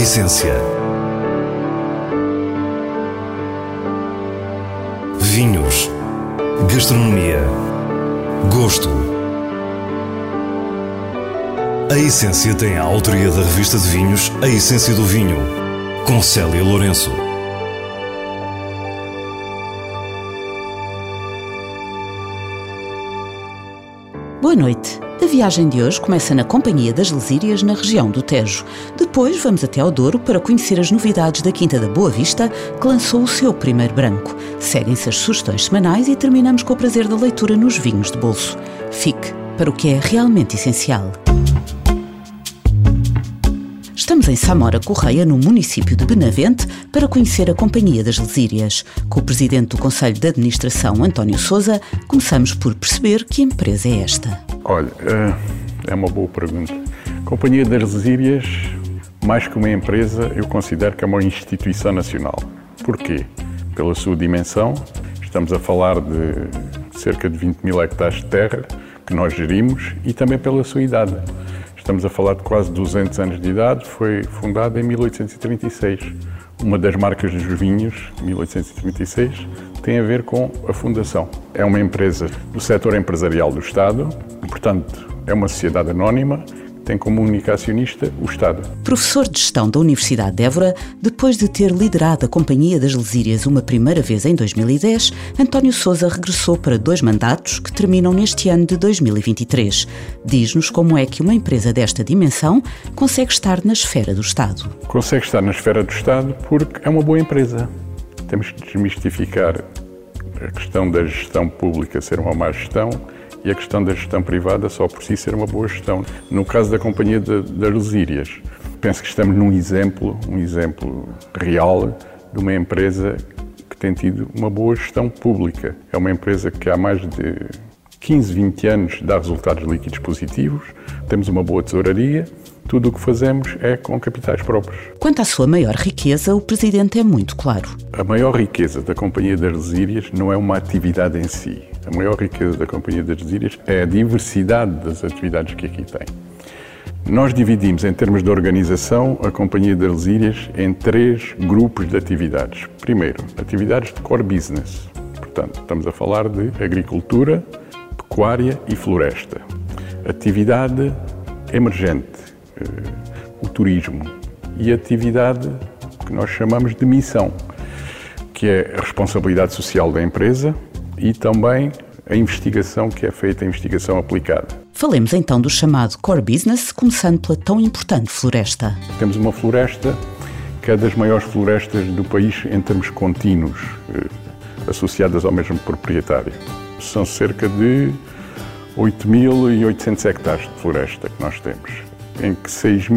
essência. Vinhos. Gastronomia. Gosto. A Essência tem a autoria da revista de vinhos A Essência do Vinho, com Célia Lourenço. Boa noite. A viagem de hoje começa na Companhia das Lesírias, na região do Tejo. Depois vamos até ao Douro para conhecer as novidades da Quinta da Boa Vista, que lançou o seu primeiro branco. Seguem-se as sugestões semanais e terminamos com o prazer da leitura nos vinhos de bolso. Fique para o que é realmente essencial. Estamos em Samora Correia, no município de Benavente, para conhecer a Companhia das Lesírias. Com o presidente do Conselho de Administração, António Sousa, começamos por perceber que empresa é esta. Olha, é uma boa pergunta. A Companhia das Lesírias, mais que uma empresa, eu considero que é uma instituição nacional. Porquê? Pela sua dimensão, estamos a falar de cerca de 20 mil hectares de terra que nós gerimos e também pela sua idade. Estamos a falar de quase 200 anos de idade, foi fundada em 1836. Uma das marcas dos vinhos, 1836, tem a ver com a fundação. É uma empresa do setor empresarial do Estado, portanto, é uma sociedade anónima, tem como único acionista o Estado. Professor de Gestão da Universidade de Évora, depois de ter liderado a Companhia das Lesírias uma primeira vez em 2010, António Sousa regressou para 2 mandatos que terminam neste ano de 2023. Diz-nos como é que uma empresa desta dimensão consegue estar na esfera do Estado. Consegue estar na esfera do Estado porque é uma boa empresa. Temos que desmistificar a questão da gestão pública ser uma má gestão e a questão da gestão privada só por si ser uma boa gestão. No caso da Companhia das Lesírias, penso que estamos num exemplo real de uma empresa que tem tido uma boa gestão pública. É uma empresa que há mais de 15, 20 anos dá resultados líquidos positivos, temos uma boa tesouraria, tudo o que fazemos é com capitais próprios. Quanto à sua maior riqueza, o Presidente é muito claro. A maior riqueza da Companhia das Lesírias não é uma atividade em si. A maior riqueza da Companhia das Lesírias é a diversidade das atividades que aqui tem. Nós dividimos, em termos de organização, a Companhia das Lesírias em 3 grupos de atividades. Primeiro, atividades de core business. Portanto, estamos a falar de agricultura, pecuária e floresta. Atividade emergente, o turismo. E atividade que nós chamamos de missão, que é a responsabilidade social da empresa e também a investigação que é feita, a investigação aplicada. Falemos então do chamado core business, começando pela tão importante floresta. Temos uma floresta que é das maiores florestas do país em termos contínuos, associadas ao mesmo proprietário. São cerca de 8.800 hectares de floresta que nós temos, em que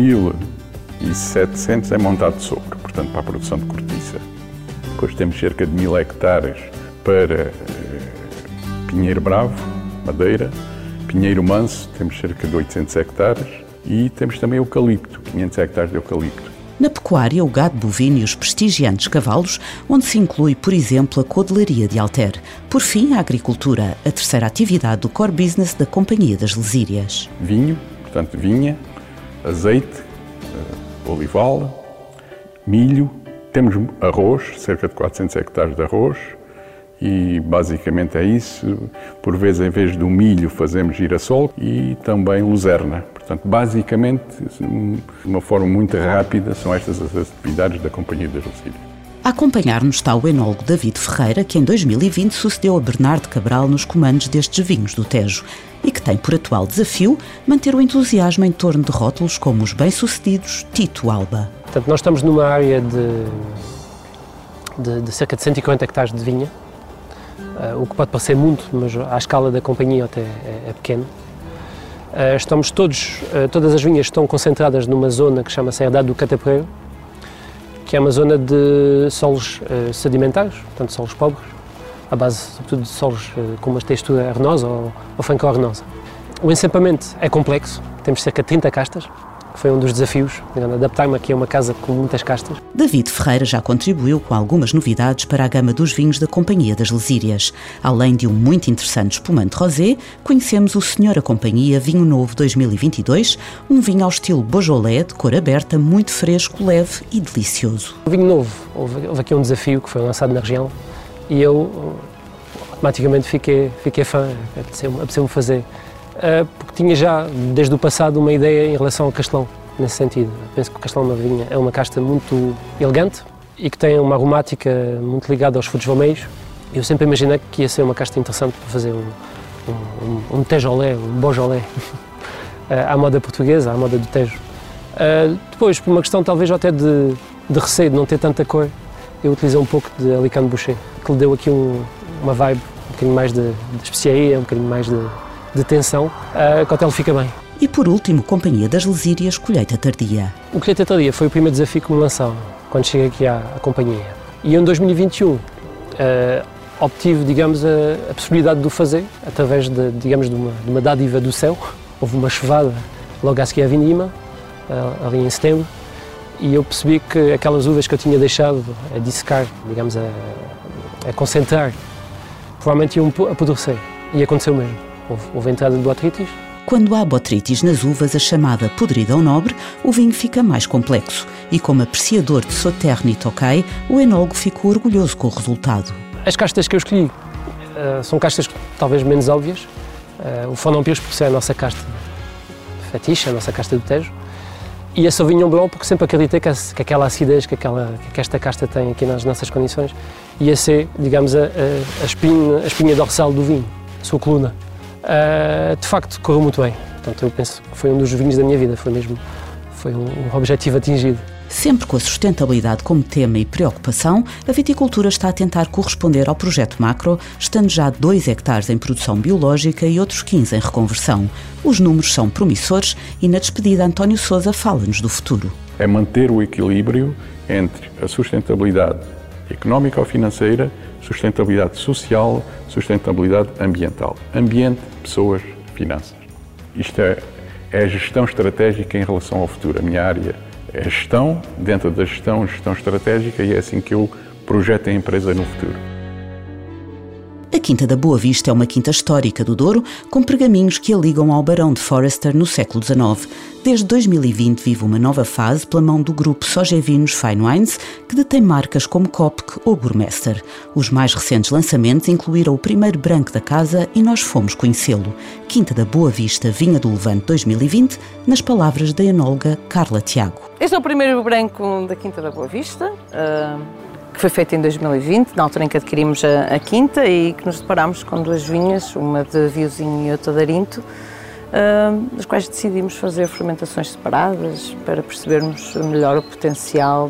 6.700 é montado de sopro, portanto para a produção de cortiça. Depois temos cerca de 1.000 hectares para pinheiro bravo, madeira, pinheiro manso, temos cerca de 800 hectares e temos também eucalipto, 500 hectares de eucalipto. Na pecuária, o gado bovino e os prestigiantes cavalos, onde se inclui, por exemplo, a codelaria de Alter. Por fim, a agricultura, a terceira atividade do core business da Companhia das Lesírias. Vinho, portanto vinha, azeite, olival, milho, temos arroz, cerca de 400 hectares de arroz e basicamente é isso. Por vezes, em vez do milho, fazemos girassol e também luzerna. Portanto, basicamente, de uma forma muito rápida, são estas as atividades da Companhia das Lesírias. A acompanhar-nos está o enólogo David Ferreira, que em 2020 sucedeu a Bernardo Cabral nos comandos destes vinhos do Tejo e que tem por atual desafio manter o entusiasmo em torno de rótulos como os bem-sucedidos Tito Alba. Portanto, nós estamos numa área de cerca de 140 hectares de vinha, o que pode parecer muito, mas à escala da companhia até é pequeno. Estamos todas as vinhas estão concentradas numa zona que chama-se Herdade do Catapeiro, que é uma zona de solos sedimentares, portanto solos pobres, à base sobretudo de solos com uma textura arenosa ou franco-arenosa. O ensampamento é complexo, temos cerca de 30 castas, que foi um dos desafios, adaptar-me aqui a uma casa com muitas castas. David Ferreira já contribuiu com algumas novidades para a gama dos vinhos da Companhia das Lesírias. Além de um muito interessante espumante rosé, conhecemos o Senhora Companhia Vinho Novo 2022, um vinho ao estilo Beaujolais, de cor aberta, muito fresco, leve e delicioso. O vinho novo, houve aqui um desafio que foi lançado na região e eu automaticamente fiquei fã, apeteceu-me fazer. Porque tinha já, desde o passado, uma ideia em relação ao Castelão, nesse sentido. Penso que o Castelão da Vinha é uma casta muito elegante e que tem uma aromática muito ligada aos frutos vermelhos. Eu sempre imaginei que ia ser uma casta interessante para fazer um Tejolé, um Beaujolais, à moda portuguesa, à moda do Tejo. Depois, por uma questão talvez até de receio de não ter tanta cor, eu utilizei um pouco de Alicante Boucher, que lhe deu aqui uma vibe um bocadinho mais de especiaria, um bocadinho mais de tensão, que o hotel fica bem. E por último, Companhia das Lesírias, Colheita Tardia. O Colheita Tardia foi o primeiro desafio que me lançaram quando cheguei aqui à companhia. E em 2021 obtive, digamos, a possibilidade de o fazer através de uma dádiva do céu. Houve uma chuvada logo a seguir à Vindima, ali em setembro, e eu percebi que aquelas uvas que eu tinha deixado a dissecar, digamos, a concentrar, provavelmente iam apodrecer. E aconteceu mesmo. Houve entrada de botrytis. Quando há botrytis nas uvas, a chamada podridão nobre, o vinho fica mais complexo. E como apreciador de Sauternes e Tokay, o enólogo ficou orgulhoso com o resultado. As castas que eu escolhi são castas talvez menos óbvias. O Fondant Pires, porque é a nossa casta fetiche, a nossa casta do Tejo. E a Sauvignon Blanc, porque sempre acreditei que aquela acidez que esta casta tem aqui nas nossas condições ia ser, digamos, a espinha dorsal do vinho, a sua coluna. De facto, correu muito bem. Portanto, eu penso que foi um dos vinhos da minha vida, foi um objetivo atingido. Sempre com a sustentabilidade como tema e preocupação, a viticultura está a tentar corresponder ao projeto macro, estando já 2 hectares em produção biológica e outros 15 em reconversão. Os números são promissores e na despedida António Sousa fala-nos do futuro. É manter o equilíbrio entre a sustentabilidade económica ou financeira, sustentabilidade social, sustentabilidade ambiental. Ambiente, pessoas, finanças. Isto é a gestão estratégica em relação ao futuro. A minha área é a gestão, dentro da gestão estratégica, e é assim que eu projeto a empresa no futuro. A Quinta da Boa Vista é uma quinta histórica do Douro, com pergaminhos que a ligam ao Barão de Forrester no século XIX. Desde 2020 vive uma nova fase pela mão do grupo Sogevinos Fine Wines, que detém marcas como Kopke ou Burmester. Os mais recentes lançamentos incluíram o primeiro branco da casa e nós fomos conhecê-lo. Quinta da Boa Vista, Vinha do Levante 2020, nas palavras da enóloga Carla Tiago. Este é o primeiro branco da Quinta da Boa Vista, que foi feito em 2020, na altura em que adquirimos a quinta e que nos deparámos com 2 vinhas, uma de Viozinho e outra de Arinto, das quais decidimos fazer fermentações separadas para percebermos melhor o potencial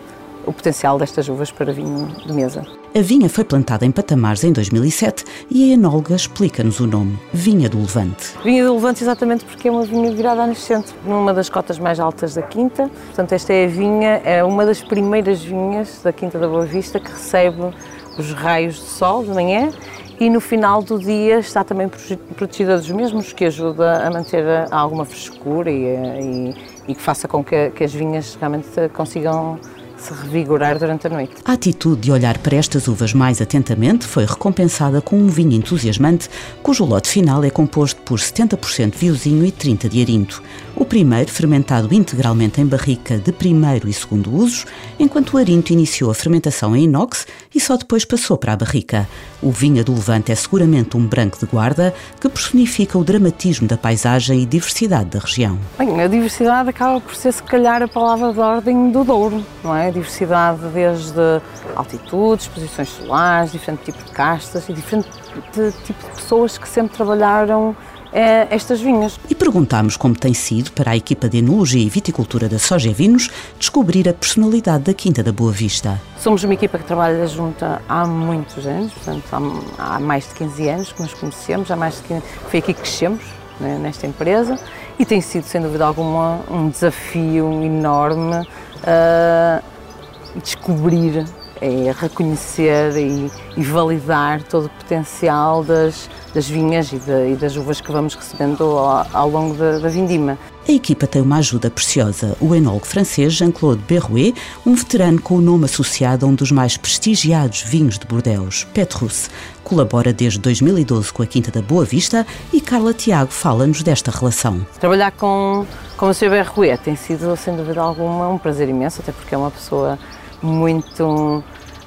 destas uvas para vinho de mesa. A vinha foi plantada em Patamares em 2007 e a enóloga explica-nos o nome, Vinha do Levante. Vinha do Levante exatamente porque é uma vinha virada à nascente, numa das cotas mais altas da quinta. Portanto, esta é uma das primeiras vinhas da Quinta da Boa Vista que recebe os raios de sol de manhã e no final do dia está também protegida dos mesmos, que ajuda a manter alguma frescura e que faça com que as vinhas realmente consigam se revigorar durante a noite. A atitude de olhar para estas uvas mais atentamente foi recompensada com um vinho entusiasmante, cujo lote final é composto por 70% Viozinho e 30% de Arinto. O primeiro fermentado integralmente em barrica de primeiro e segundo usos, enquanto o Arinto iniciou a fermentação em inox e só depois passou para a barrica. O Vinha do Levante é seguramente um branco de guarda que personifica o dramatismo da paisagem e diversidade da região. Bem, a diversidade acaba por ser, se calhar, a palavra de ordem do Douro, não é? A diversidade desde altitudes, posições solares, diferente tipo de castas e diferente tipo de pessoas que sempre trabalharam estas vinhas. E perguntámos como tem sido para a equipa de enologia e viticultura da Sogevinos descobrir a personalidade da Quinta da Boa Vista. Somos uma equipa que trabalha junta há muitos anos, portanto há mais de 15 anos que nos conhecemos, foi aqui que crescemos, né, nesta empresa, e tem sido, sem dúvida alguma, um desafio enorme descobrir é reconhecer e validar todo o potencial das vinhas e das uvas que vamos recebendo ao longo da vindima. A equipa tem uma ajuda preciosa. O enólogo francês Jean-Claude Berrouet, um veterano com o nome associado a um dos mais prestigiados vinhos de Bordeaux, Petrus, colabora desde 2012 com a Quinta da Boa Vista e Carla Tiago fala-nos desta relação. Trabalhar com o Sr. Berrouet tem sido, sem dúvida alguma, um prazer imenso, até porque é uma pessoa muito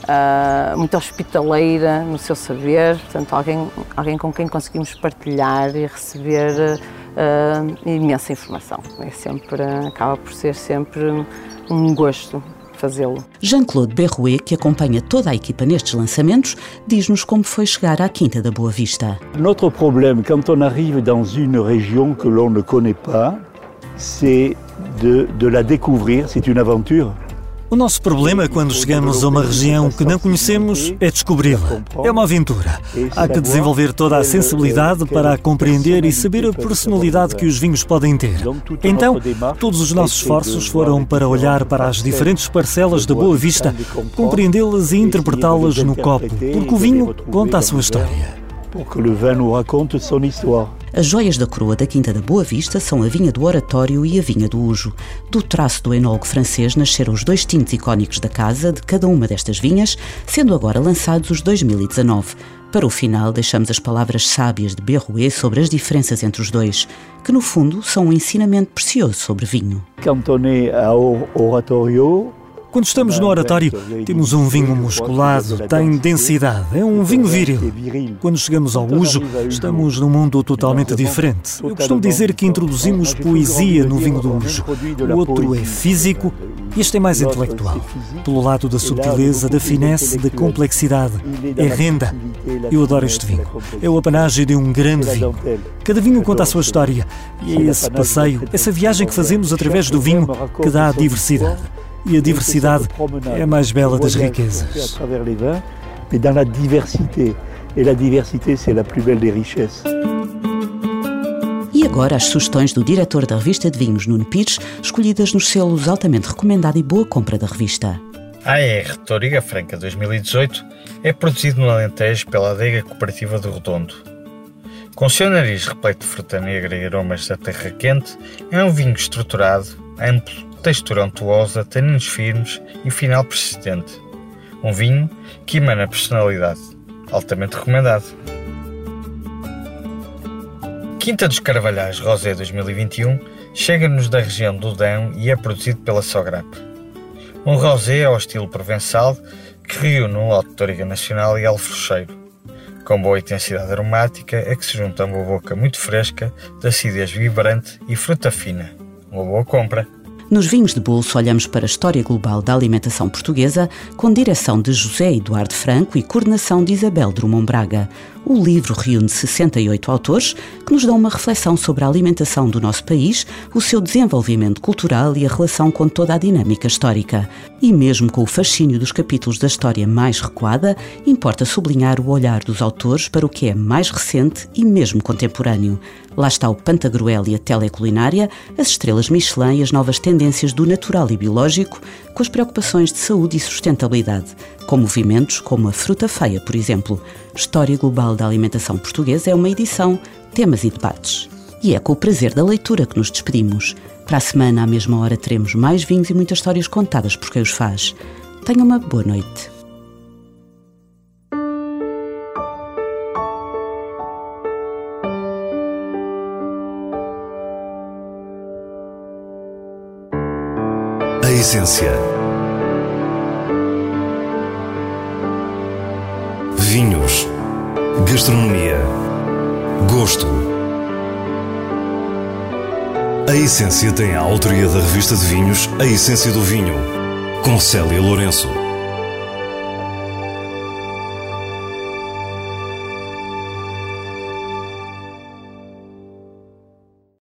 hospitaleira no seu saber, portanto, alguém com quem conseguimos partilhar e receber imensa informação. Acaba por ser sempre um gosto fazê-lo. Jean-Claude Berrouet, que acompanha toda a equipa nestes lançamentos, diz-nos como foi chegar à Quinta da Boa Vista. Notre problème, quand on arrive dans une région que l'on ne connaît pas, c'est de la découvrir, c'est une aventure. O nosso problema quando chegamos a uma região que não conhecemos é descobri-la. É uma aventura. Há que desenvolver toda a sensibilidade para a compreender e saber a personalidade que os vinhos podem ter. Então, todos os nossos esforços foram para olhar para as diferentes parcelas da Boa Vista, compreendê-las e interpretá-las no copo, porque o vinho conta a sua história. Porque o vinho nos raconte son histoire. As joias da coroa da Quinta da Boa Vista são a vinha do Oratório e a vinha do Ujo. Do traço do enólogo francês nasceram os 2 tintos icónicos da casa de cada uma destas vinhas, sendo agora lançados os 2019. Para o final, deixamos as palavras sábias de Berrouet sobre as diferenças entre os dois, que no fundo são um ensinamento precioso sobre vinho. Quand on est à Oratório, Quando estamos no Oratório, temos um vinho musculado, tem densidade, é um vinho viril. Quando chegamos ao Ujo, estamos num mundo totalmente diferente. Eu costumo dizer que introduzimos poesia no vinho do Ujo. O outro é físico e este é mais intelectual. Pelo lado da subtileza, da finesse, da complexidade. É renda. Eu adoro este vinho. É o apanágio de um grande vinho. Cada vinho conta a sua história e é esse passeio, essa viagem que fazemos através do vinho que dá a diversidade. E a diversidade é a mais bela das riquezas. Mais dans la diversité. Et la diversité, c'est la plus belle des richesses. E agora as sugestões do diretor da revista de vinhos, Nuno Pires, escolhidas nos selos altamente recomendado e boa compra da revista. A AR Toriga Franca 2018 é produzido no Alentejo pela Adega Cooperativa do Redondo. Com o seu nariz repleto de fruta negra e aromas da terra quente, é um vinho estruturado, amplo, textura untuosa, taninos firmes e final persistente. Um vinho que emana personalidade. Altamente recomendado. Quinta dos Carvalhais Rosé 2021 chega-nos da região do Dão e é produzido pela Sograp. Um rosé ao estilo provençal que reúne um lote de Toriga Nacional e alfrocheiro. Com boa intensidade aromática é que se junta uma boca muito fresca, de acidez vibrante e fruta fina. Uma boa compra. Nos vinhos de bolso olhamos para a história global da alimentação portuguesa, com direção de José Eduardo Franco e coordenação de Isabel Drummond Braga. O livro reúne 68 autores que nos dão uma reflexão sobre a alimentação do nosso país, o seu desenvolvimento cultural e a relação com toda a dinâmica histórica. E mesmo com o fascínio dos capítulos da história mais recuada, importa sublinhar o olhar dos autores para o que é mais recente e mesmo contemporâneo. Lá está o Pantagruel e a teleculinária, as estrelas Michelin e as novas tendências do natural e biológico, com as preocupações de saúde e sustentabilidade, com movimentos como a fruta feia, por exemplo. História Global da Alimentação Portuguesa é uma edição, temas e debates. E é com o prazer da leitura que nos despedimos. Para a semana, à mesma hora, teremos mais vinhos e muitas histórias contadas por quem os faz. Tenha uma boa noite. A essência. Vinhos. Gastronomia. Gosto. A Essência tem a autoria da revista de vinhos A Essência do Vinho, com Célia Lourenço.